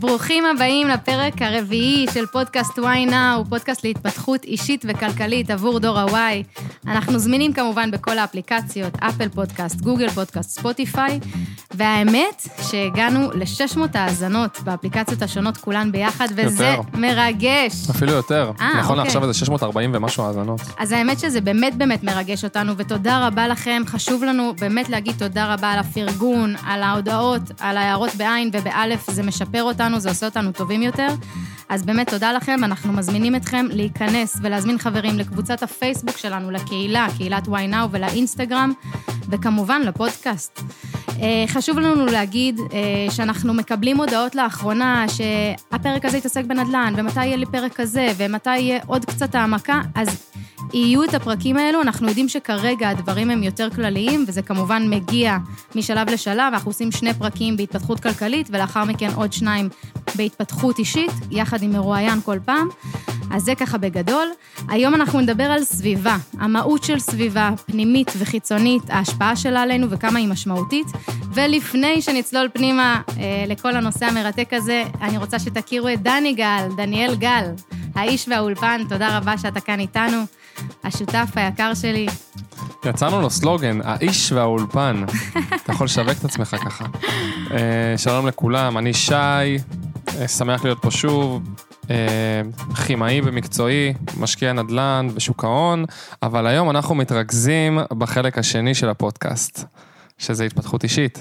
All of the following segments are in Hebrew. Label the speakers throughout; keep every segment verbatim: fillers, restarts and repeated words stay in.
Speaker 1: ברוכים הבאים לפרק הרביעי של פודקאסט Why Now, פודקאסט להתפתחות אישית וכלכלית עבור דור ה-Y. אנחנו זמינים כמובן בכל האפליקציות, אפל פודקאסט, גוגל פודקאסט, ספוטיפיי, והאמת שהגענו ל-שש מאות האזנות באפליקציות השונות כולן ביחד, וזה יותר. מרגש.
Speaker 2: אפילו יותר.
Speaker 1: 아,
Speaker 2: נכון,
Speaker 1: אוקיי.
Speaker 2: עכשיו זה שש מאות וארבעים ומשהו האזנות.
Speaker 1: אז האמת שזה באמת באמת מרגש אותנו, ותודה רבה לכם. חשוב לנו באמת להגיד תודה רבה על הפרגון, על ההודעות, על ההערות בעין ובאלף, זה משפר אותנו, זה עושה אותנו טובים יותר. אז באמת תודה לכם, אנחנו מזמינים אתכם להיכנס ולהזמין חברים לקבוצת הפייסבוק שלנו, לקהילה, קהילת Why Now ולאינסטגרם, וכמובן לפודקאסט. חשוב לנו להגיד שאנחנו מקבלים הודעות לאחרונה, שהפרק הזה יתעסק בנדל"ן, ומתי יהיה לי פרק כזה, ומתי יהיה עוד קצת העמקה, אז יהיו את הפרקים האלו, אנחנו יודעים שכרגע הדברים הם יותר כלליים, וזה כמובן מגיע משלב לשלב, אנחנו עושים שני פרקים בהתפתחות כלכלית, ולאחר מכן עוד שניים בהתפתחות אישית, יחד עם מרואיין כל פעם. אז זה ככה בגדול. היום אנחנו נדבר על סביבה, המהות של סביבה, פנימית וחיצונית, ההשפעה שלה עלינו וכמה היא משמעותית. ולפני שנצלול פנימה אה, לכל הנושא המרתק הזה, אני רוצה שתכירו את דני גל, דניאל גל, האיש והאולפן. תודה רבה שאתה כאן איתנו, השותף היקר שלי.
Speaker 2: יצאנו לו סלוגן, האיש והאולפן. אתה יכול לשווק את עצמך ככה. שלום לכולם, אני שי, שמח להיות פה שוב, כימאי ומקצועי, משקיע נדל"ן ושוק ההון, אבל היום אנחנו מתרכזים בחלק השני של הפודקאסט, שזה התפתחות אישית.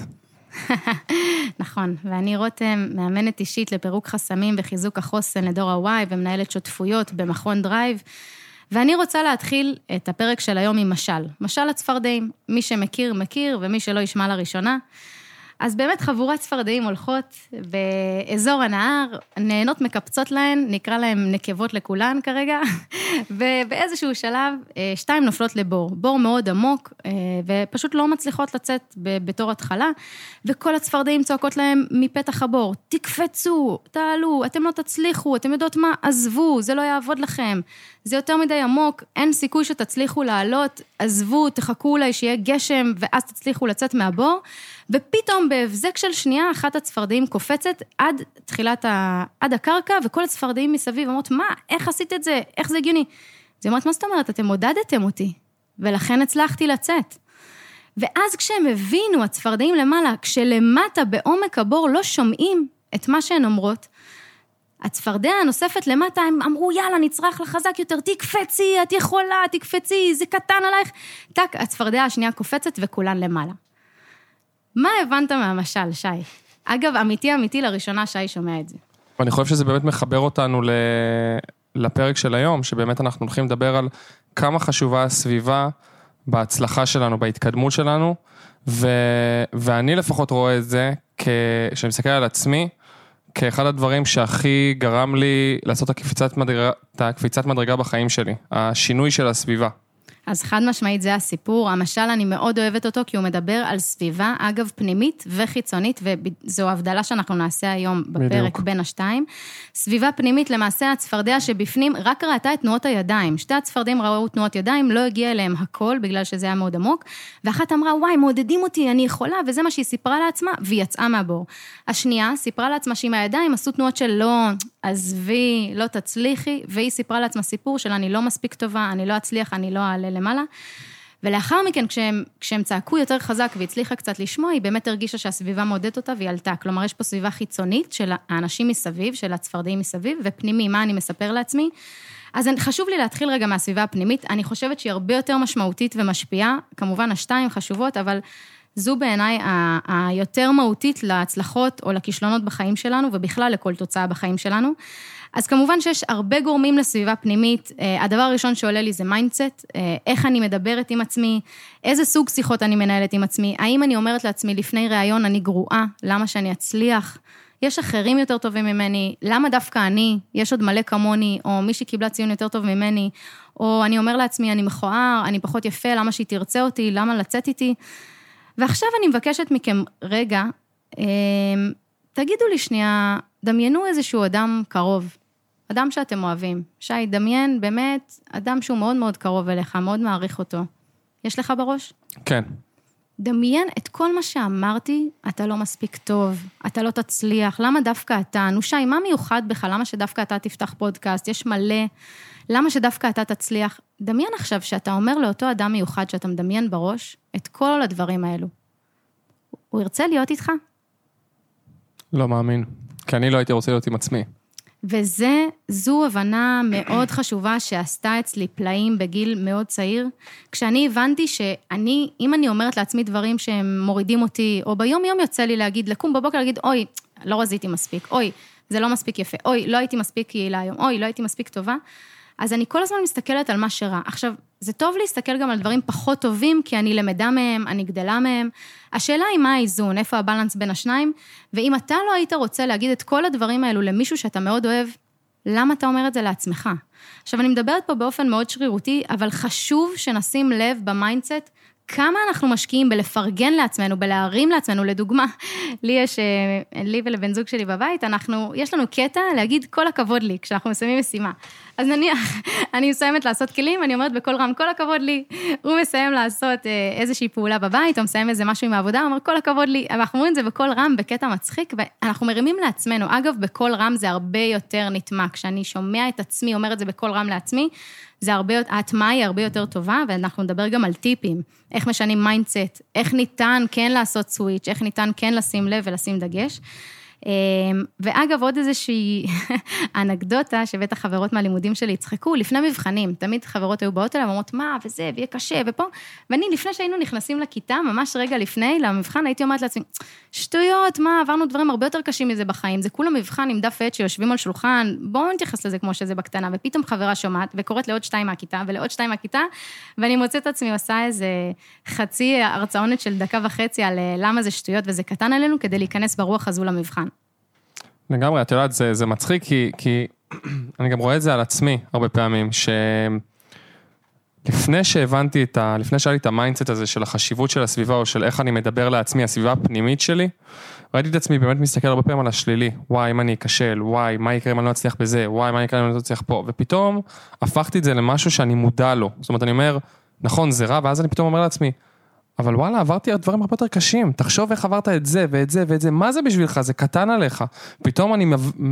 Speaker 1: נכון, ואני רותם, מאמנת אישית לפירוק חסמים וחיזוק החוסן לדור ה-Y, ומנהלת שותפויות במכון דרייב, ואני רוצה להתחיל את הפרק של היום עם משל, משל הצפרדעים, מי שמכיר מכיר ומי שלא ישמע לראשונה. אז באמת חבורת צפרדעים הולכות באזור הנהר, נהנות מקפצות להן, נקרא להן נקבות לכולן כרגע, ובאיזשהו שלב שתיים נופלות לבור, בור מאוד עמוק, ופשוט לא מצליחות לצאת בתור התחלה, וכל הצפרדעים צועקות להם מפתח הבור, תקפצו, תעלו, אתם לא תצליחו, אתם יודעות מה, עזבו, זה לא יעבוד לכם, זה יותר מדי עמוק, אין סיכוי שתצליחו לעלות, עזבו, תחכו אולי שיהיה גשם, ואז תצליחו לצאת מהבור, ופתאום בהבזק של שנייה, אחת הצפרדעים קופצת עד תחילת ה... עד הקרקע, וכל הצפרדעים מסביב אומרות, מה, איך עשית את זה, איך זה הגיוני? זה אומרת, מה זאת אומרת, אתם עודדתם אותי, ולכן הצלחתי לצאת. ואז כשהם הבינו, הצפרדעים למעלה, כשלמטה בעומק הבור לא שומעים את מה שהן אומרות, הצפרדע הנוספת למטה, הם אמרו, יאללה, נצרח לחזק יותר, תקפצי, את יכולה, תקפצי, זה קטן עלייך. טק, הצפרדע השנייה קופצת וכולן למעלה. מה הבנת מהמשל, שי? אגב, אמיתי אמיתי, לראשונה שי שומע את זה.
Speaker 2: ואני חושב שזה באמת מחבר אותנו לפרק של היום, שבאמת אנחנו הולכים לדבר על כמה חשובה הסביבה בהצלחה שלנו, בהתקדמות שלנו, ו... ואני לפחות רואה את זה, כשאני מסתכל על עצמי, כאחד הדברים שהכי גרם לי לעשות את הקפיצת מדרגה, את הקפיצת מדרגה בחיים שלי, השינוי של הסביבה.
Speaker 1: אז חד משמעית זה הסיפור, המשל אני מאוד אוהבת אותו, כי הוא מדבר על סביבה, אגב פנימית וחיצונית, וזו הבדלה שאנחנו נעשה היום בפרק בדיוק. בין השתיים. סביבה פנימית, למעשה הצפרדע שבפנים רק ראתה את תנועות הידיים, שתי הצפרדים ראו תנועות ידיים, לא הגיע אליהם הכל, בגלל שזה היה מאוד עמוק, ואחת אמרה, וואי, מעודדים אותי, אני יכולה, וזה מה שהיא סיפרה לעצמה, והיא יצאה מהבור. השנייה סיפרה לעצמה שעם הידיים עשו תנועות של לא, עזבי, לא תצליחי, והיא סיפרה לעצמה סיפור של אני לא מספיק טובה, אני לא אצליח, אני לא אעלה למעלה, ולאחר מכן, כשהם, כשהם צעקו יותר חזק והצליחה קצת לשמוע, היא באמת הרגישה שהסביבה מודדת אותה והיא עלתה. כלומר, יש פה סביבה חיצונית של האנשים מסביב, של הצפרדעים מסביב, ופנימי, מה אני מספר לעצמי. אז חשוב לי להתחיל רגע מהסביבה הפנימית. אני חושבת שהיא הרבה יותר משמעותית ומשפיעה. כמובן, השתיים חשובות, אבל זו בעיניי היותר מהותית להצלחות או לכישלונות בחיים שלנו, ובכלל לכל תוצאה בחיים שלנו. אז כמובן שיש הרבה גורמים לסביבה פנימית, הדבר הראשון שעולה לי זה מיינדסט, איך אני מדברת עם עצמי, איזה סוג שיחות אני מנהלת עם עצמי, האם אני אומרת לעצמי לפני ראיון אני גרועה, למה שאני אצליח, יש אחרים יותר טובים ממני, למה דווקא אני, יש עוד מלא כמוני, או מי שקיבלה ציון יותר טוב ממני, או אני אומר לעצמי אני מכוער, אני פחות יפה, למה שהיא תרצה אותי, למה לצאת איתי, ועכשיו אני מבקשת מכם רגע, תגידו לי שנייה, דמיינו איזשהו אדם קרוב, אדם שאתם אוהבים. שי, דמיין באמת אדם שהוא מאוד מאוד קרוב אליך, מאוד מעריך אותו. יש לך בראש?
Speaker 2: כן.
Speaker 1: דמיין את כל מה שאמרתי, אתה לא מספיק טוב, אתה לא תצליח, למה דווקא אתה? נושי, מה מיוחד בך? למה שדווקא אתה תפתח פודקאסט? יש מלא, למה שדווקא אתה תצליח? דמיין עכשיו שאתה אומר לאותו אדם מיוחד שאתה מדמיין בראש, את כל הדברים האלו. הוא ירצה להיות איתך?
Speaker 2: לא מאמין, כי אני לא הייתי רוצה להיות עם עצמי.
Speaker 1: וזה, זו הבנה מאוד חשובה שעשתה אצלי פלאים בגיל מאוד צעיר, כשאני הבנתי שאני, אם אני אומרת לעצמי דברים שהם מורידים אותי, או ביום יום יוצא לי להגיד, לקום בבוקר להגיד, אוי, לא רזיתי מספיק, אוי, זה לא מספיק יפה, אוי, לא הייתי מספיק יעילה היום, אוי, לא הייתי מספיק טובה, אז אני כל הזמן מסתכלת על מה שרע. עכשיו, זה טוב להסתכל גם על דברים פחות טובים, כי אני למדה מהם, אני גדלה מהם. השאלה היא מה האיזון, איפה הבלנס בין השניים, ואם אתה לא היית רוצה להגיד את כל הדברים האלו למישהו שאתה מאוד אוהב, למה אתה אומר את זה לעצמך? עכשיו, אני מדברת פה באופן מאוד שרירותי, אבל חשוב שנשים לב במיינדסט, כמה אנחנו משקיעים בלפרגן לעצמנו, בלהרים לעצמנו, לדוגמה, לי יש, לי ולבן זוג שלי בבית, אנחנו, יש לנו קטע להגיד כל הכבוד לי, כשאנחנו מסיימים משימה. אז נניח, אני מסיימת לעשות כלים, אני אומרת בכל רם, כל הכבוד לי, הוא מסיים לעשות איזושהי פעולה בבית, או מסיים איזה משהו עם העבודה, הוא אומר כל הכבוד לי, אנחנו אומרים את זה בכל רם, בקטע מצחיק, ואנחנו מרימים לעצמנו, אגב, בכל רם זה הרבה יותר נטמע, כשאני שומע את עצמי, אומר את זה בכל רם לעצמי, זה הרבה, ההטמעה היא הרבה יותר טובה, ואנחנו נדבר גם על טיפים, איך משנים מיינדסט, איך ניתן כן לעשות סוויץ', איך ניתן כן לשים לב ולשים דגש. ואגב, עוד איזושהי אנקדוטה, שבטח חברות מהלימודים שלי יצחקו, לפני מבחנים, תמיד חברות היו באות אליי, ואומרות, מה, וזה, ויהיה קשה, ופה, ואני, לפני שהיינו נכנסים לכיתה, ממש רגע לפני, למבחן, הייתי אומרת לעצמי, שטויות, מה, עברנו דברים הרבה יותר קשים מזה בחיים, זה כולה מבחן עם דף עט שיושבים על שולחן, בואו נתייחס לזה כמו שזה בקטנה, ופתאום חברה שומעת, וקוראת לעוד שתיים מהכיתה, ולעוד שתיים מהכיתה, ואני מוצאת את עצמי, עושה איזה חצי הרצאונת של דקה וחצי על למה זה שטויות, וזה קטן עלינו, כדי להיכנס ברוח הזו למבחן.
Speaker 2: לגמרי, את יודעת, זה, זה מצחיק, כי, כי אני גם רואה את זה על עצמי הרבה פעמים, שלפני שהבנתי את ה, לפני שהיה לי את המיינדסט הזה של החשיבות של הסביבה, או של איך אני מדבר לעצמי, הסביבה הפנימית שלי, ראיתי את עצמי באמת מסתכל הרבה פעמים על השלילי, וואי, אם אני אכשל, וואי, מה יקרה אם אני לא אצליח בזה, וואי, מה יקרה אם אני לא אצליח פה, ופתאום הפכתי את זה למשהו שאני מודע לו, זאת אומרת, אני אומר, נכון, זה רע, ואז אני פתאום אומר לעצמי, אבל וואלה, עברתי על דברים הרבה יותר קשים, תחשוב איך עברת את זה ואת זה ואת זה, מה זה בשבילך, זה קטן עליך. פתאום אני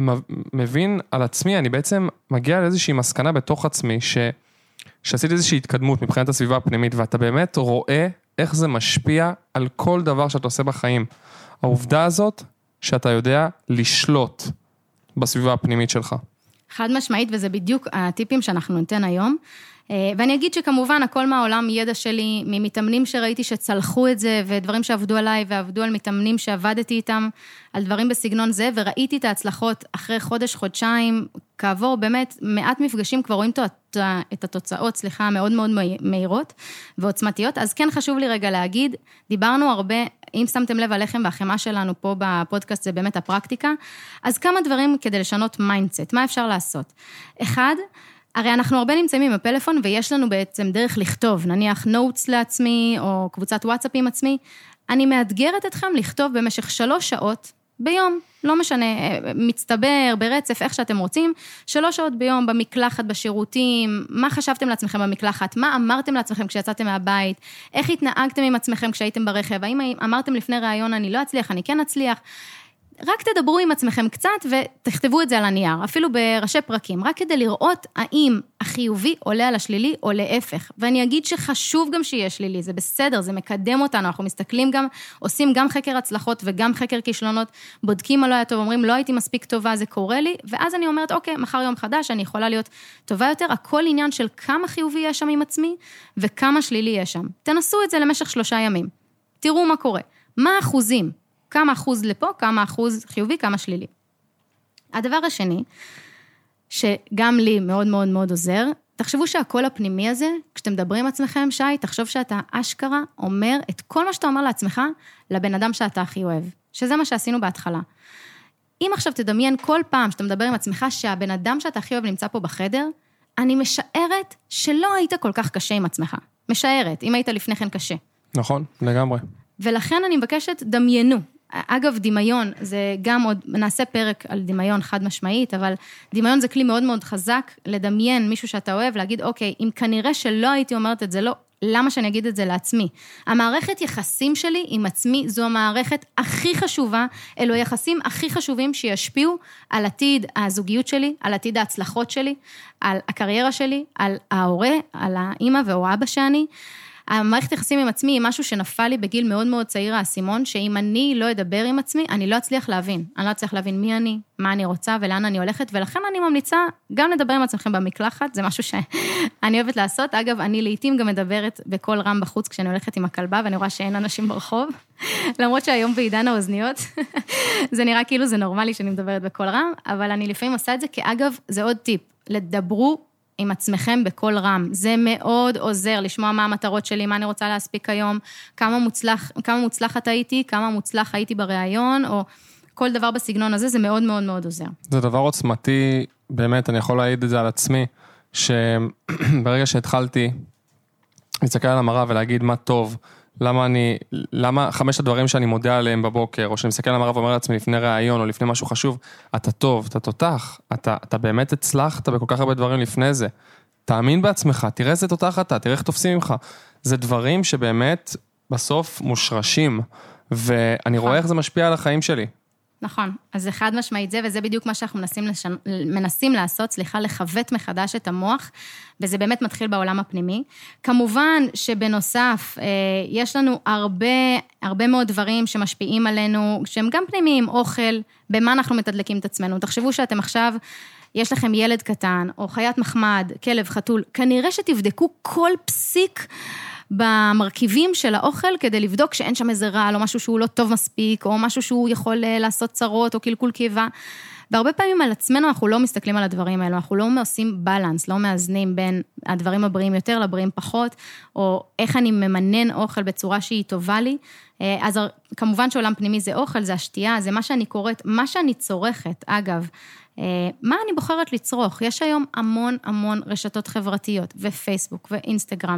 Speaker 2: מבין על עצמי, אני בעצם מגיע לאיזושהי מסקנה בתוך עצמי, ש... שעשיתי איזושהי התקדמות מבחינת הסביבה הפנימית, ואתה באמת רואה איך זה משפיע על כל דבר שאתה עושה בחיים. העובדה הזאת, שאתה יודע לשלוט בסביבה הפנימית שלך.
Speaker 1: חד משמעית, וזה בדיוק הטיפים שאנחנו ניתן היום, ואני אגיד שכמובן הכל מהעולם ידע שלי, ממתאמנים שראיתי שצלחו את זה, ודברים שעבדו עליי ועבדו על מתאמנים שעבדתי איתם, על דברים בסגנון זה, וראיתי את ההצלחות אחרי חודש, חודשיים, כעבור באמת מעט מפגשים, כבר רואים את התוצאות, סליחה, מאוד מאוד מהירות ועוצמתיות, אז כן חשוב לי רגע להגיד, דיברנו הרבה, אם שמתם לב הלחם והחמה שלנו פה בפודקאסט, זה באמת הפרקטיקה, אז כמה דברים כדי לשנות מיינדסט, מה אפשר לעשות? אחד, הרי אנחנו הרבה נמצאים עם הפלאפון, ויש לנו בעצם דרך לכתוב, נניח נוטס לעצמי, או קבוצת וואטסאפ עם עצמי, אני מאתגרת אתכם לכתוב במשך שלוש שעות ביום, לא משנה, מצטבר, ברצף, איך שאתם רוצים, שלוש שעות ביום במקלחת, בשירותים, מה חשבתם לעצמכם במקלחת, מה אמרתם לעצמכם כשיצאתם מהבית, איך התנהגתם עם עצמכם כשהייתם ברכב, האם אמרתם לפני ראיון, אני לא אצליח, אני כן אצליח, רק תדברו עם עצמכם קצת ותכתבו את זה על הנייר, אפילו בראשי פרקים, רק כדי לראות האם החיובי עולה על השלילי או להפך. ואני אגיד שחשוב גם שיהיה שלילי, זה בסדר, זה מקדם אותנו, אנחנו מסתכלים גם, עושים גם חקר הצלחות וגם חקר כישלונות, בודקים מה לא היה טוב, אומרים לא הייתי מספיק טובה, זה קורה לי, ואז אני אומרת אוקיי, מחר יום חדש, אני יכולה להיות טובה יותר, הכל עניין של כמה חיובי יש שם עם עצמי וכמה שלילי יש שם. תנסו את זה למשך שלושה ימים, תראו מה קורה, מה האחוזים, כמה אחוז לפה, כמה אחוז חיובי, כמה שלילי. הדבר השני, שגם לי מאוד מאוד מאוד עוזר, תחשבו שהכל הפנימי הזה, כשאתם מדברים עם עצמכם, שי, תחשוב שאתה אשכרה אומר את כל מה שאתה אומר לעצמך, לבן אדם שאתה הכי אוהב. שזה מה שעשינו בהתחלה. אם עכשיו תדמיין כל פעם שאתה מדבר עם עצמך, שהבן אדם שאתה הכי אוהב נמצא פה בחדר, אני משערת שלא היית כל כך קשה עם עצמך. משערת, אם היית לפני כן קשה.
Speaker 2: נכון, לגמרי.
Speaker 1: ולכן אני מבקשת, דמיינו. אגב, דמיון, זה גם עוד, נעשה פרק על דמיון חד משמעית, אבל דמיון זה כלי מאוד מאוד חזק, לדמיין מישהו שאתה אוהב, להגיד, אוקיי, אם כנראה שלא הייתי אומרת את זה, לא, למה שאני אגיד את זה לעצמי? המערכת יחסים שלי עם עצמי, זו המערכת הכי חשובה, אלו היחסים הכי חשובים שישפיעו על עתיד הזוגיות שלי, על עתיד ההצלחות שלי, על הקריירה שלי, על ההורה, על האמא או האבא שאני. המערכת יחסים עם עצמי היא משהו שנפל לי בגיל מאוד מאוד צעיר האסימון, שאם אני לא אדבר עם עצמי, אני לא אצליח להבין. אני לא אצליח להבין מי אני, מה אני רוצה ולאן אני הולכת, ולכן אני ממליצה גם לדבר עם עצמכם במקלחת, זה משהו שאני אוהבת לעשות. אגב, אני לעתים גם מדברת בכל רם בחוץ כשאני הולכת עם הכלבה, ואני רואה שאין אנשים ברחוב, למרות שהיום בעידן האוזניות, זה נראה כאילו זה נורמלי שאני מדברת בכל רם, אבל אני לפעמים עושה את זה, כי אגב, זה עוד טיפ, לדברו עם עצמכם בכל רם. זה מאוד עוזר לשמוע מה המטרות שלי, מה אני רוצה להספיק היום, כמה מוצלח, כמה מוצלחת הייתי, כמה מוצלח הייתי בראיון, או כל דבר בסגנון הזה, זה מאוד מאוד מאוד עוזר.
Speaker 2: זה דבר עוצמתי, באמת, אני יכול להעיד את זה על עצמי, שברגע שהתחלתי להסתכל על המראה ולהגיד מה טוב, למה אני, למה חמשת הדברים שאני מודה עליהם בבוקר, או שאני מסתכל על המראה ואומר לעצמי לפני ראיון, או לפני משהו חשוב, אתה טוב, אתה תותח, אתה, אתה באמת הצלחת בכל כך הרבה דברים לפני זה. תאמין בעצמך, תראה איזה תותח אתה, תראה איך תופסים ממך. זה דברים שבאמת בסוף מושרשים, ואני רואה איך זה משפיע על החיים שלי.
Speaker 1: נכון, אז זה חד משמעית זה, וזה בדיוק מה שאנחנו מנסים, לשנ... מנסים לעשות, סליחה, לחוות מחדש את המוח, וזה באמת מתחיל בעולם הפנימי. כמובן שבנוסף, יש לנו הרבה, הרבה מאוד דברים שמשפיעים עלינו, שהם גם פנימיים, אוכל, במה אנחנו מתדלקים את עצמנו. תחשבו שאתם עכשיו, יש לכם ילד קטן, או חיית מחמד, כלב, חתול, כנראה שתבדקו כל פסיק, במרכיבים של האוכל, כדי לבדוק שאין שם איזה רעל, או משהו שהוא לא טוב מספיק, או משהו שהוא יכול לעשות צרות, או קלקול קיבה. והרבה פעמים על עצמנו אנחנו לא מסתכלים על הדברים האלו, אנחנו לא עושים בלנס, לא מאזנים בין הדברים הבריאים יותר לבריאים פחות, או איך אני ממנן אוכל בצורה שהיא טובה לי. אז כמובן שעולם פנימי זה אוכל, זה השתייה, זה מה שאני קוראת, מה שאני צורכת, אגב, מה אני בוחרת לצרוך? יש היום המון המון רשתות חברתיות, ופייסבוק, ואינסטגרם,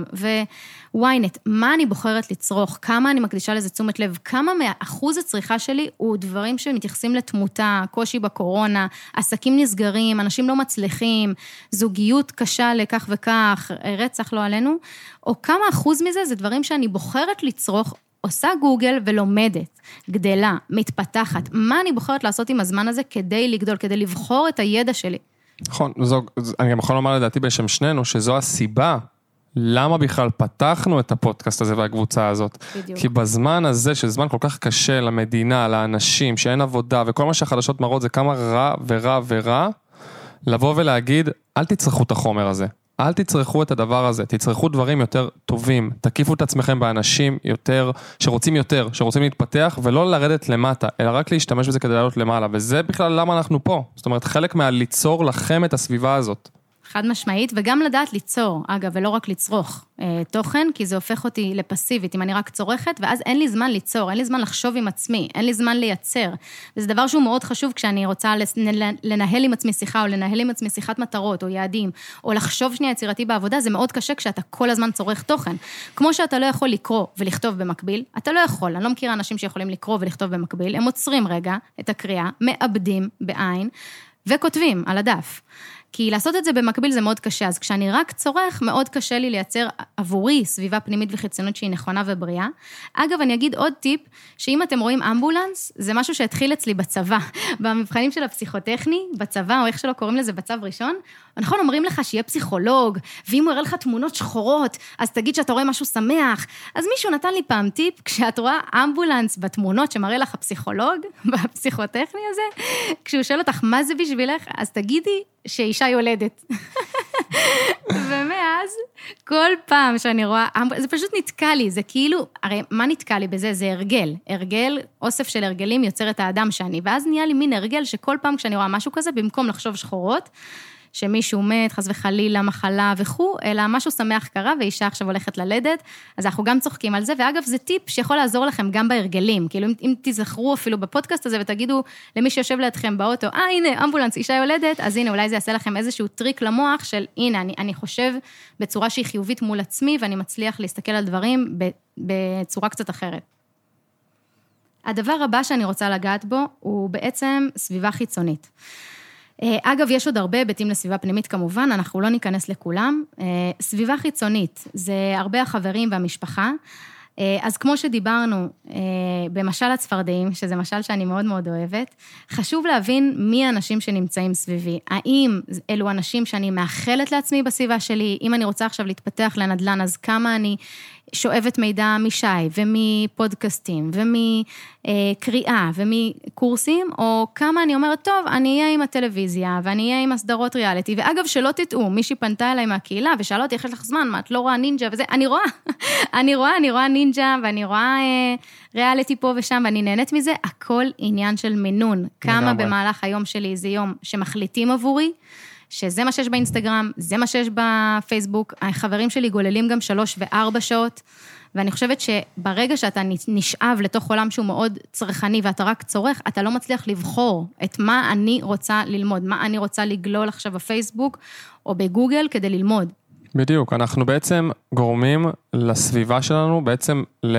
Speaker 1: וויינט. מה אני בוחרת לצרוך? כמה אני מקדישה לזה תשומת לב? כמה מאחוז הצריכה שלי הוא דברים שמתייחסים לתמותה, קושי בקורונה, עסקים נסגרים, אנשים לא מצליחים, זוגיות קשה לכך וכך, רצח לא עלינו, או כמה אחוז מזה זה דברים שאני בוחרת לצרוך, עושה גוגל ולומדת, גדלה, מתפתחת. מה אני בוחרת לעשות עם הזמן הזה כדי לגדול, כדי לבחור את הידע שלי?
Speaker 2: נכון, זו, אני גם יכול לומר לדעתי בשם שנינו, שזו הסיבה למה בכלל פתחנו את הפודקאסט הזה והקבוצה הזאת. בדיוק. כי בזמן הזה, שזמן כל כך קשה למדינה, לאנשים, שאין עבודה, וכל מה שהחדשות מראות זה כמה רע ורע ורע, לבוא ולהגיד, אל תצרכו את החומר הזה. אל תצרכו את הדבר הזה, תצרכו דברים יותר טובים, תקיפו את עצמכם באנשים יותר, שרוצים יותר, שרוצים להתפתח, ולא לרדת למטה, אלא רק להשתמש בזה כדי לעלות למעלה, וזה בכלל למה אנחנו פה. זאת אומרת, חלק מהליצור לכם את הסביבה הזאת.
Speaker 1: חד משמעית, וגם לדעת ליצור, אגב, ולא רק לצרוך אה, תוכן, כי זה הופך אותי לפסיבית, אם אני רק צורכת, ואז אין לי זמן ליצור, אין לי זמן לחשוב עם עצמי, אין לי זמן לייצר, וזה דבר שהוא מאוד חשוב כשאני רוצה לנהל עם עצמי שיחה, או לנהל עם עצמי שיחת מטרות, או יעדים, או לחשוב שנייה יצירתי בעבודה, זה מאוד קשה כשאתה כל הזמן צורך תוכן. כמו שאתה לא יכול לקרוא ולכתוב במקביל, אתה לא יכול, אני לא מכירה אנשים שיכולים לקרוא ולכתוב במקביל, הם עוצרים רגע את הקריאה, מאבדים בעין, וכותבים על הדף. כי לעשות את זה במקביל זה מאוד קשה, אז כשאני רק צורך, מאוד קשה לי לייצר עבורי סביבה פנימית וחיצונית שהיא נכונה ובריאה. אגב, אני אגיד עוד טיפ, שאם אתם רואים אמבולנס, זה משהו שהתחיל אצלי בצבא, במבחנים של הפסיכוטכני, בצבא, או איך שלא קוראים לזה בצו ראשון, נכון, אומרים לך שיהיה פסיכולוג, ואם הוא יראה לך תמונות שחורות, אז תגיד שאתה רואה משהו שמח. אז מישהו נתן לי פעם טיפ, כשאת רואה אמבולנס בתמונות שמראה לך הפסיכולוג, בפסיכוטכני הזה, כשהוא שואל אותך מה זה בשבילך, אז תגידי שאישה יולדת. ומאז, כל פעם שאני רואה, זה פשוט נתקע לי, זה כאילו, הרי מה נתקע לי בזה? זה הרגל. הרגל, אוסף של הרגלים יוצר את האדם שאני, ואז נהיה לי מין הרגל שכל פעם כשאני רואה משהו כזה, במקום לחשוב שחורות, שמישהו מת, חס וחלילה, מחלה וכו', אלא משהו שמח קרה, ואישה עכשיו הולכת ללדת, אז אנחנו גם צוחקים על זה, ואגב, זה טיפ שיכול לעזור לכם גם בהרגלים, כאילו אם, אם תזכרו אפילו בפודקאסט הזה, ותגידו למי שיושב לידכם באוטו, אה, הנה, אמבולנס, אישה יולדת, אז הנה, אולי זה יעשה לכם איזשהו טריק למוח, של הנה, אני, אני חושב בצורה שהיא חיובית מול עצמי, ואני מצליח להסתכל על דברים בצורה קצת אחרת. הדבר הבא שאני רוצה לגעת בו, הוא בעצם סביבה חיצונית. אגב, יש עוד הרבה היבטים לסביבה פנימית כמובן, אנחנו לא ניכנס לכולם. סביבה חיצונית, זה הרבה החברים והמשפחה, אז כמו שדיברנו, במשל הצפרדעים, שזה משל שאני מאוד מאוד אוהבת, חשוב להבין מי האנשים שנמצאים סביבי. האם אלו אנשים שאני מאחלת לעצמי בסביבה שלי, אם אני רוצה עכשיו להתפתח לנדלן, אז כמה אני שואבת מידע משי, ומפודקאסטים, ומקריאה, ומקורסים, או כמה אני אומרת, טוב, אני אהיה עם הטלוויזיה, ואני אהיה עם הסדרות ריאליטי, ואגב, שלא תטעו, מישהי פנתה אליי מהקהילה, ושאלה אותי, איך יש לך זמן, מה, את לא רואה נינג'ה, וזה, אני רואה, אני רואה, אני רואה נינג'ה, ואני רואה אה, ריאליטי פה ושם, ואני נהנית מזה, הכל עניין של מינון, כמה במהלך היום שלי, זה יום שמחליטים עבורי, שזה מה שיש באינסטגרם, זה מה שיש בפייסבוק, החברים שלי גוללים גם שלוש וארבע שעות, ואני חושבת שברגע שאתה נשאב לתוך עולם שהוא מאוד צרכני, ואתה רק צורך, אתה לא מצליח לבחור את מה אני רוצה ללמוד, מה אני רוצה לגלול עכשיו בפייסבוק, או בגוגל כדי ללמוד.
Speaker 2: בדיוק, אנחנו בעצם גורמים לסביבה שלנו, בעצם ל...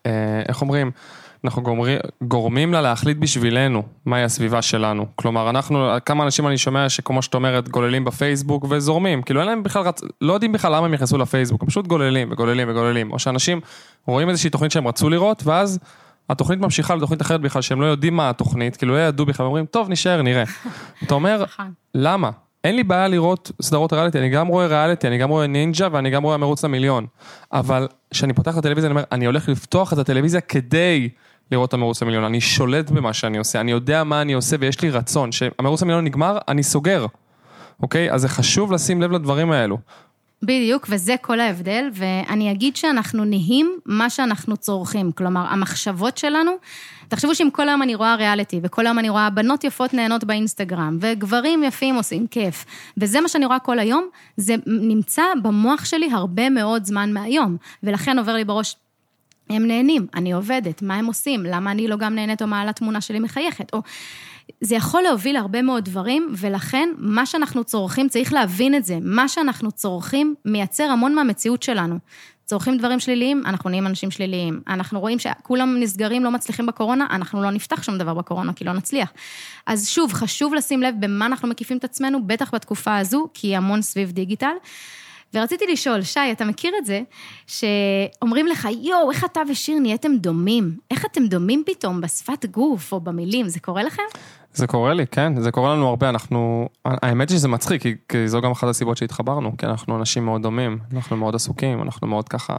Speaker 2: איך אומרים? אנחנו גורמים, גורמים לה להחליט בשבילנו מהי הסביבה שלנו. כלומר, אנחנו, כמה אנשים אני שומע שכמו שאת אומרת, גוללים בפייסבוק וזורמים. כאילו, אין להם בכלל, לא יודעים בכלל למה הם נכנסו לפייסבוק, הם פשוט גוללים וגוללים וגוללים. או שאנשים רואים איזושהי תוכנית שהם רצו לראות, ואז התוכנית ממשיכה לתוכנית אחרת בכלל, שהם לא יודעים מה התוכנית, כאילו, לא ידעו בכלל, אומרים, טוב, נשאר, נראה. אתה אומר, למה? אין לי בעיה לראות סדרות ריאליטי, אני גם רואה ריאליטי, אני גם רואה נינג'ה, ואני גם רואה מרוץ למיליון. אבל כשאני פותח את הטלוויזיה, אני אומר, אני הולך לפתוח את הטלוויזיה כדי לראות את המרוץ למיליון. אני שולט במה שאני עושה, אני יודע מה אני עושה, ויש לי רצון שהמרוץ למיליון נגמר, אני סוגר. אוקיי? אז זה חשוב לשים לב לדברים האלו.
Speaker 1: בדיוק, וזה כל ההבדל, ואני אגיד שאנחנו נהיים מה שאנחנו צורכים, כלומר, המחשבות שלנו, תחשבו שאם כל היום אני רואה ריאליטי, וכל היום אני רואה בנות יפות נהנות באינסטגרם, וגברים יפים עושים כיף, וזה מה שאני רואה כל היום, זה נמצא במוח שלי הרבה מאוד זמן מהיום, ולכן עובר לי בראש, הם נהנים, אני עובדת, מה הם עושים, למה אני לא גם נהנית או מעלה תמונה שלי מחייכת, או... זה יכול להוביל הרבה מאוד דברים, ולכן מה שאנחנו צורכים, צריך להבין את זה, מה שאנחנו צורכים מייצר המון מהמציאות שלנו. צורכים דברים שליליים, אנחנו נהיים אנשים שליליים. אנחנו רואים שכולם נסגרים, לא מצליחים בקורונה, אנחנו לא נפתח שום דבר בקורונה, כי לא נצליח. אז שוב, חשוב לשים לב במה אנחנו מקיפים את עצמנו, בטח בתקופה הזו, כי היא המון סביב דיגיטל. ורציתי לשאול, שי, אתה מכיר את זה, שאומרים לך, יו, איך אתה ושיר נהייתם דומים? איך אתם דומים פתאום בשפת גוף או במילים? זה קורה לכם?
Speaker 2: זה קורה לי, כן, זה קורה לנו הרבה, אנחנו, האמת שזה מצחיק, כי, כי זו גם אחת הסיבות שהתחברנו, כי אנחנו אנשים מאוד דומים, אנחנו מאוד עסוקים, אנחנו מאוד ככה,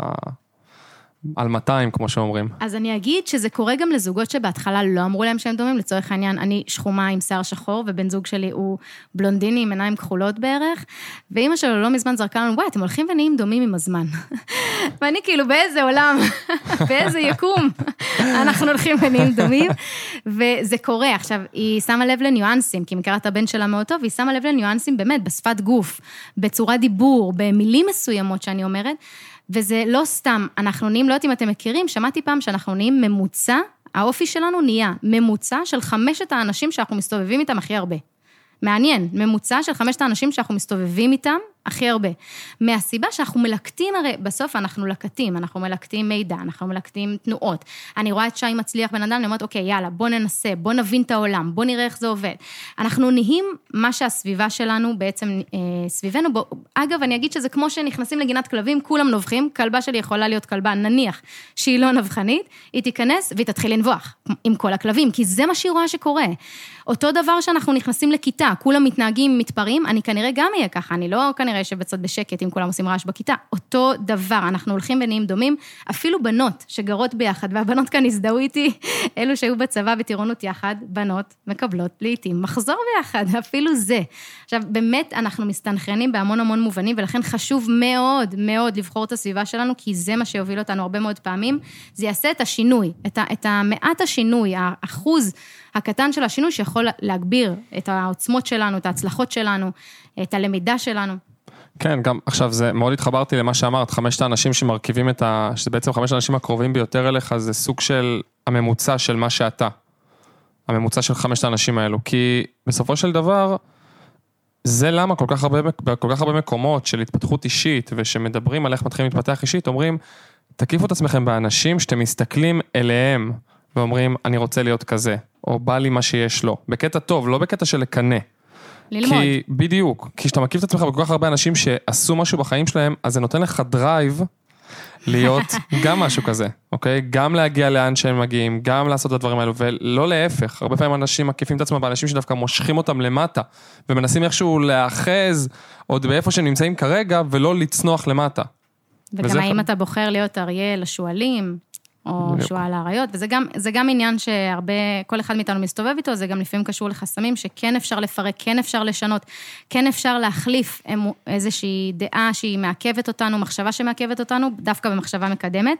Speaker 2: על מאתיים, כמו שאומרים.
Speaker 1: אז אני אגיד שזה קורה גם לזוגות שבהתחלה לא אמרו להם שהם דומים, לצורך העניין, אני שחומה עם שיער שחור, ובן זוג שלי הוא בלונדיני עם עיניים כחולות בערך, ואמא שלו לא מזמן זרקה לנו, וואי, אתם הולכים ונהיים דומים עם הזמן. ואני כאילו, באיזה עולם, באיזה יקום, אנחנו הולכים ונהיים דומים, וזה קורה. עכשיו, היא שמה לב לניואנסים, כי מכירה את הבן שלה מאוד טוב, היא שמה לב לניואנסים באמת, בשפת גוף, בצורה דיבור, במילים מסוימות שאני אומרת, וזה לא סתם, אנחנו נהיים, לא יודעת אם אתם מכירים, שמעתי פעם שאנחנו נהיים ממוצע, האופי שלנו נהיה ממוצע של חמשת האנשים שאנחנו מסתובבים איתם הכי הרבה. מעניין, ממוצע של חמשת האנשים שאנחנו מסתובבים איתם הכי הרבה. מהסיבה שאנחנו מלקטים, הרי בסוף אנחנו לקטים, אנחנו מלקטים מידע, אנחנו מלקטים תנועות. אני רואה את שי מצליח בן אדם, אני אומרת, אוקיי, יאללה, בוא ננסה, בוא נבין את העולם, בוא נראה איך זה עובד. אנחנו נהיים מה שהסביבה שלנו בעצם אה, סביבנו. בוא, אגב, אני אגיד שזה כמו שנכנסים לגינת כלבים, כולם נובחים, כלבה שלי יכולה להיות כלבה, נניח שהיא לא נבחנית, היא תיכנס והיא תתחיל לנבוח עם כל הכלבים, כי זה מה שהיא רואה שקורה. אותו דבר שאנחנו נכנסים לכיתה, כולם מתנהגים, מתפרעים, אני כנראה גם אהיה ככה, אני לא כנראה שבצד בשקט אם כולם עושים רעש בכיתה. אותו דבר, אנחנו הולכים ונהיים דומים, אפילו בנות שגרות ביחד, והבנות כאן הזדהו איתי, אלו שהיו בצבא בטירונות יחד, בנות מקבלות לעתים מחזור ביחד, אפילו זה. עכשיו, באמת אנחנו מסתנכרנים בהמון המון מובנים, ולכן חשוב מאוד מאוד לבחור את הסביבה שלנו, כי זה מה שהוביל אותנו הרבה מאוד פעמים, זה יעשה את השינוי, את, ה, את המעט השינוי, האחוז הקטן של השינוי, שיכול להגביר את העוצמות שלנו, את ההצלחות שלנו, את הלמידה שלנו.
Speaker 2: כן, גם עכשיו זה, מאוד התחברתי למה שאמרת, חמשת האנשים שמרכיבים את ה... שזה בעצם חמשת האנשים הקרובים ביותר אליך, זה סוג של הממוצע של מה שאתה. הממוצע של חמשת האנשים האלו, כי בסופו של דבר, זה למה כל כך הרבה, כל כך הרבה מקומות של התפתחות אישית, ושמדברים על איך מתחילים להתפתח אישית, אומרים, תקיפו את עצמכם באנשים שאתם מסתכלים אליהם, ואומרים, אני רוצה להיות כזה, או בא לי מה שיש לו. בקטע טוב, לא בקטע של לקנה.
Speaker 1: ללמוד.
Speaker 2: כי, בדיוק, כי כשאתה מקיף את עצמך בכל כך הרבה אנשים שעשו משהו בחיים שלהם, אז זה נותן לך דרייב להיות גם משהו כזה, אוקיי? גם להגיע לאן שהם מגיעים, גם לעשות את הדברים האלו, ולא להפך. הרבה פעמים אנשים מקיפים את עצמם באנשים שדווקא מושכים אותם למטה, ומנסים איכשהו להאחז עוד באיפה שהם נמצאים כרגע, ולא לצנוח למטה.
Speaker 1: וגם האם אתה בוחר להיות אריה לשואלים, או שואל האריות, וזה גם, זה גם עניין שהרבה, כל אחד מאיתנו מסתובב איתו, זה גם לפעמים קשור לחסמים, שכן אפשר לפרק, כן אפשר לשנות, כן אפשר להחליף איזושהי דעה שהיא מעכבת אותנו, מחשבה שמעכבת אותנו, דווקא במחשבה מקדמת,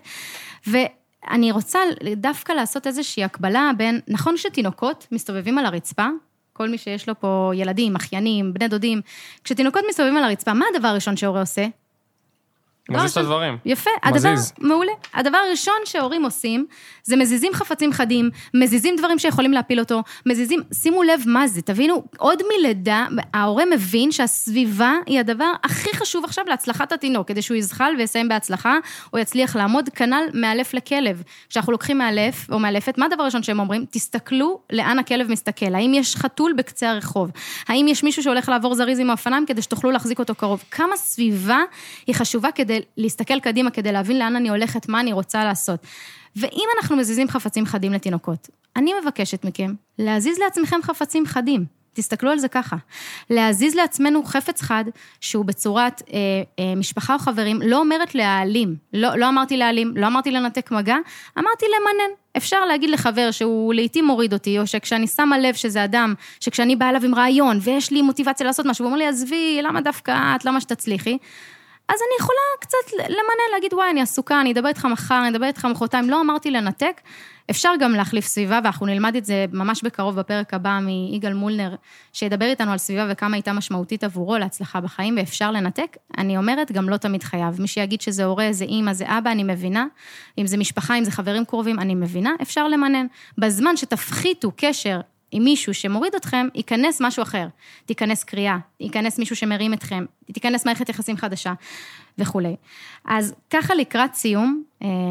Speaker 1: ואני רוצה דווקא לעשות איזושהי הקבלה בין, נכון שתינוקות מסתובבים על הרצפה, כל מי שיש לו פה ילדים, אחיינים, בני דודים, כשתינוקות מסתובבים על הרצפה, מה הדבר הראשון שההורה עושה?
Speaker 2: מזיז את הדברים.
Speaker 1: יפה, הדבר, מעולה. הדבר הראשון שההורים עושים, זה מזיזים חפצים חדים, מזיזים דברים שיכולים להפיל אותו, מזיזים, שימו לב מה זה, תבינו, עוד מלידה, ההורה מבין שהסביבה היא הדבר הכי חשוב עכשיו להצלחת התינוק, כדי שהוא יזחל ויסיים בהצלחה, או יצליח לעמוד כנל מאלף לכלב. כשאנחנו לוקחים מאלף או מאלפת, מה הדבר הראשון שהם אומרים? תסתכלו לאן הכלב מסתכל, האם יש חתול בקצה הרחוב, האם יש מישהו שהולך לעבור זריז עם האופניים, כדי שתוכלו להחזיק אותו קרוב. כמה סביבה היא חשובה כדי להסתכל קדימה, כדי להבין לאן אני הולכת, מה אני רוצה לעשות. ואם אנחנו מזיזים חפצים חדים לתינוקות, אני מבקשת מכם להזיז לעצמכם חפצים חדים. תסתכלו על זה ככה. להזיז לעצמנו חפץ חד, שהוא בצורת אה, אה, משפחה או חברים, לא אומרת להעלים. לא, לא אמרתי להעלים, לא אמרתי לנתק מגע, אמרתי למנן. אפשר להגיד לחבר שהוא לעתים מוריד אותי, או שכשאני שמה לב שזה אדם, שכשאני באה אליו עם רעיון, ויש לי מוטיבציה לעשות משהו, הוא אומר לי, עזבי, למה דווקא את, למה שתצליחי? אז אני יכולה קצת למנן, להגיד, וואי, אני עסוקה, אני אדבר איתך מחר, אני אדבר איתך מחרתיים, לא אמרתי לנתק, אפשר גם להחליף סביבה, ואנחנו נלמד את זה ממש בקרוב בפרק הבא מיגאל מולנר, שידבר איתנו על סביבה וכמה הייתה משמעותית עבורו להצלחה בחיים, ואפשר לנתק. אני אומרת, גם לא תמיד חייב. מי שיגיד שזה הורה, זה אמא, זה אבא, אני מבינה. אם זה משפחה, אם זה חברים קרובים, אני מבינה, אפשר למנן. בזמן שתפחיתו קשר עם מישהו שמוריד אתכם, ייכנס משהו אחר. תיכנס קריאה, ייכנס מישהו שמרים אתכם, תיכנס מערכת יחסים חדשה, וכו'. אז ככה לקראת סיום,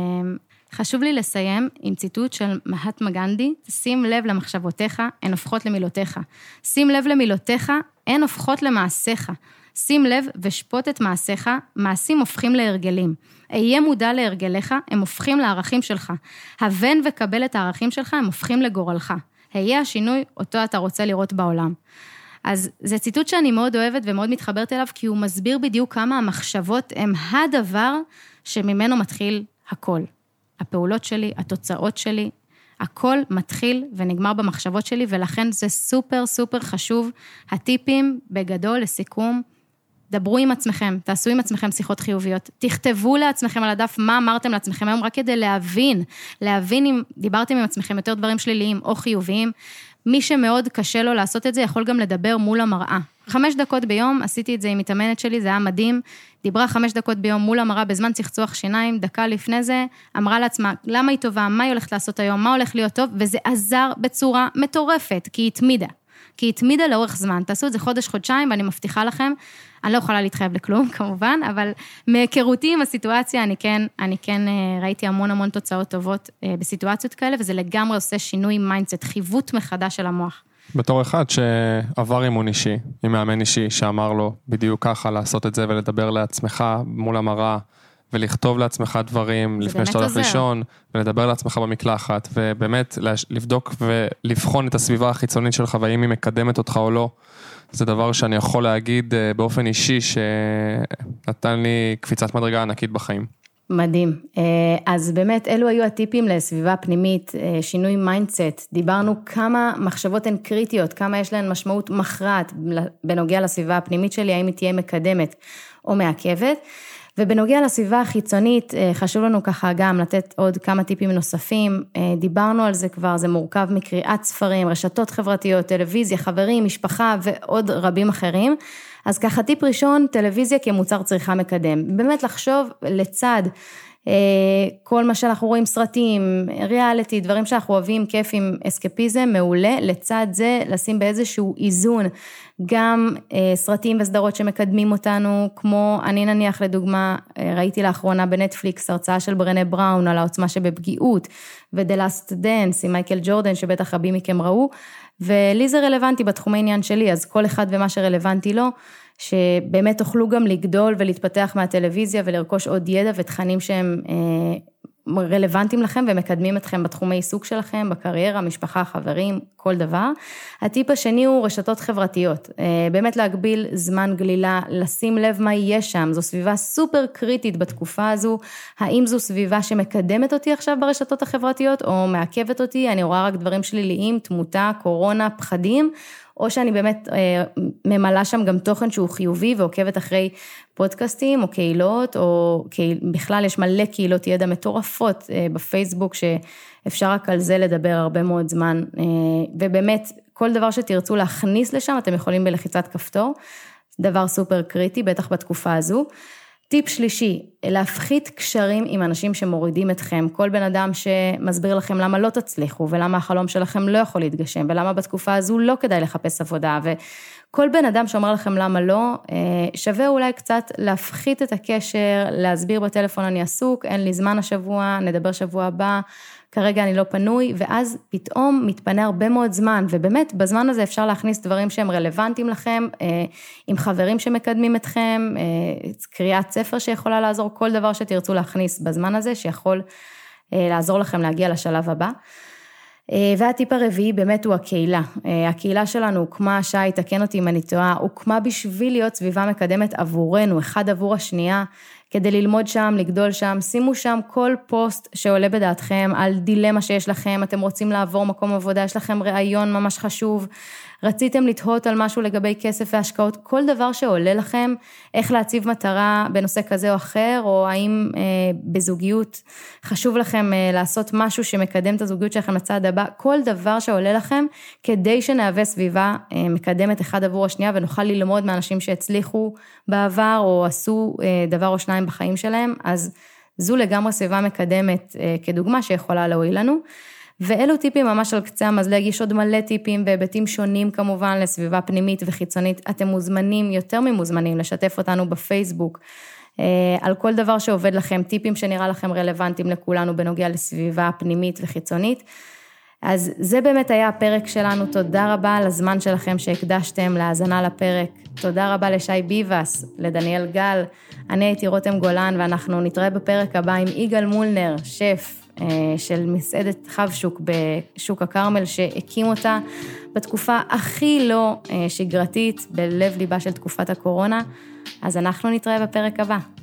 Speaker 1: חשוב לי לסיים עם ציטוט של מהטמה גנדי, שים לב למחשבותיך, הן הופכות למילותיך. שים לב למילותיך, הן הופכות למעשיך. שים לב ושפוט את מעשיך, מעשים הופכים להרגלים. אהיה מודע להרגליך, הם הופכים לערכים שלך. הבן וקבל את הערכים שלך, הם הופכים לגורלך. היה השינוי אותו אתה רוצה לראות בעולם. אז זה ציטוט שאני מאוד אוהבת ומאוד מתחברת אליו, כי הוא מסביר בדיוק כמה המחשבות הם הדבר שממנו מתחיל הכל. הפעולות שלי, התוצאות שלי, הכל מתחיל ונגמר במחשבות שלי, ולכן זה סופר סופר חשוב. הטיפים בגדול לסיכום, דברו עם עצמכם, תעשו עם עצמכם שיחות חיוביות, תכתבו לעצמכם על הדף מה אמרתם לעצמכם היום, רק כדי להבין, להבין אם דיברתם עם עצמכם יותר דברים שליליים או חיוביים, מי שמאוד קשה לו לעשות את זה, יכול גם לדבר מול המראה. חמש דקות ביום, עשיתי את זה עם מתאמנת שלי, זה היה מדהים, דיברה חמש דקות ביום מול המראה, בזמן צחצוח שיניים, דקה לפני זה, אמרה לעצמה, למה היא טובה, מה היא הולכת לעשות היום, מה הולך להיות טוב, וזה עזר בצורה מטורפת, כי היא התמידה. כי היא התמידה לאורך זמן, תעשו את זה חודש, חודשיים, ואני מבטיחה לכם, אני לא יכולה להתחייב לכלום, כמובן, אבל מהיכרותי עם הסיטואציה, אני כן, אני כן ראיתי המון המון תוצאות טובות בסיטואציות כאלה, וזה לגמרי עושה שינוי מיינדסט, חיווט מחדש של המוח. בתור
Speaker 2: אחד שעבר אימון אישי, עם מאמן אישי, שאמר לו בדיוק ככה לעשות את זה, ולדבר לעצמך מול המראה, ולכתוב לעצמך דברים לפני שאתה הולך לישון, ולדבר לעצמך במקלחת, ובאמת לבדוק ולבחון את הסביבה החיצונית שלך, והאם היא מקדמת אותך או לא. זה דבר שאני יכול להגיד באופן אישי, שנתן לי קפיצת מדרגה ענקית בחיים.
Speaker 1: מדהים. אז באמת, אלו היו הטיפים לסביבה פנימית, שינוי מיינדסט. דיברנו כמה מחשבות הן קריטיות, כמה יש להן משמעות מכרעת, בנוגע לסביבה הפנימית שלי, האם היא תהיה מקדמת או מעכבת. ובנוגע לסביבה החיצונית, חשוב לנו ככה גם לתת עוד כמה טיפים נוספים, דיברנו על זה כבר, זה מורכב מקריאת ספרים, רשתות חברתיות, טלוויזיה, חברים, משפחה ועוד רבים אחרים, אז ככה טיפ ראשון, טלוויזיה כמוצר צריכה מקדם, באמת לחשוב לצד כל מה שאנחנו רואים, סרטים, ריאליטי, דברים שאנחנו אוהבים, כיפים, אסקפיזם, מעולה, לצד זה לשים באיזשהו איזון, גם סרטים וסדרות שמקדמים אותנו, כמו אני נניח לדוגמה, ראיתי לאחרונה בנטפליקס הרצאה של ברנה בראון על העוצמה שבפגיעות, ו-The Last Dance עם מייקל ג'ורדן, שבטח רבים מכם ראו, ולי זה רלוונטי בתחומי עניין שלי, אז כל אחד ומה שרלוונטי לו, שבאמת תוכלו גם לגדול ולהתפתח מהטלוויזיה ולרכוש עוד ידע ותכנים שהם רלוונטיים לכם ומקדמים אתכם בתחומי עיסוק שלכם, בקריירה, משפחה, חברים, כל דבר. הטיפ השני הוא רשתות חברתיות, באמת להגביל זמן גלילה, לשים לב מה יהיה שם, זו סביבה סופר קריטית בתקופה הזו, האם זו סביבה שמקדמת אותי עכשיו ברשתות החברתיות או מעכבת אותי, אני רואה רק דברים שליליים, תמותה, קורונה, פחדים, או שאני באמת אה, ממלאה שם גם תוכן שהוא חיובי, ועוקבת אחרי פודקאסטים או קהילות, או קהיל, בכלל יש מלא קהילות ידע מטורפות אה, בפייסבוק, שאפשר רק על זה לדבר הרבה מאוד זמן, אה, ובאמת כל דבר שתרצו להכניס לשם, אתם יכולים בלחיצת כפתור, דבר סופר קריטי, בטח בתקופה הזו. טיפ שלישי, להפחית קשרים עם אנשים שמורידים אתכם, כל בן אדם שמסביר לכם למה לא תצליחו, ולמה החלום שלכם לא יכול להתגשם, ולמה בתקופה הזו לא כדאי לחפש עבודה, וכל בן אדם שאומר לכם למה לא, שווה אולי קצת להפחית את הקשר, להסביר בטלפון אני עסוק, אין לי זמן השבוע, נדבר שבוע הבא, כרגע אני לא פנוי, ואז פתאום מתפנה הרבה מאוד זמן, ובאמת בזמן הזה אפשר להכניס דברים שהם רלוונטיים לכם, עם חברים שמקדמים אתכם, קריאת ספר שיכולה לעזור, כל דבר שתרצו להכניס בזמן הזה, שיכול לעזור לכם להגיע לשלב הבא. והטיפ הרביעי באמת הוא הקהילה. הקהילה שלנו הוקמה, שי, תקן אותי אם אני טועה, הוקמה בשביל להיות סביבה מקדמת עבורנו, אחד עבור השנייה, כדי ללמוד שם, לגדול שם, שימו שם כל פוסט שעולה בדעתכם, על דילמה שיש לכם, אתם רוצים לעבור מקום עבודה, יש לכם רעיון ממש חשוב, רציתם לתהות על משהו לגבי כסף והשקעות, כל דבר שעולה לכם, איך להציב מטרה בנושא כזה או אחר, או האם אה, בזוגיות חשוב לכם אה, לעשות משהו שמקדם את הזוגיות שלכם לצד הבא, כל דבר שעולה לכם, כדי שנהווה סביבה אה, מקדמת אחד עבור השנייה, ונוכל ללמוד מאנשים שהצליחו בעבר, או עשו אה, דבר או שניים בחיים שלהם, אז זו לגמרי סביבה מקדמת אה, כדוגמה שיכולה להועיל לנו, ואלו טיפים ממש על קצה המזלג, יש עוד מלא טיפים והיבטים שונים כמובן לסביבה פנימית וחיצונית, אתם מוזמנים, יותר ממוזמנים, לשתף אותנו בפייסבוק, על כל דבר שעובד לכם, טיפים שנראה לכם רלוונטיים לכולנו, בנוגע לסביבה פנימית וחיצונית, אז זה באמת היה הפרק שלנו, תודה רבה על הזמן שלכם שהקדשתם להאזנה לפרק, תודה רבה לשי ביבס, לדניאל גל, אני הייתי רותם גולן, ואנחנו נתראה בפרק הבא עם יגאל מולנר, שף, של מסעדת חבשוק בשוק הכרמל, שהקים אותה בתקופה הכי לא שגרתית, בלב ליבה של תקופת הקורונה, אז אנחנו נתראה בפרק הבא.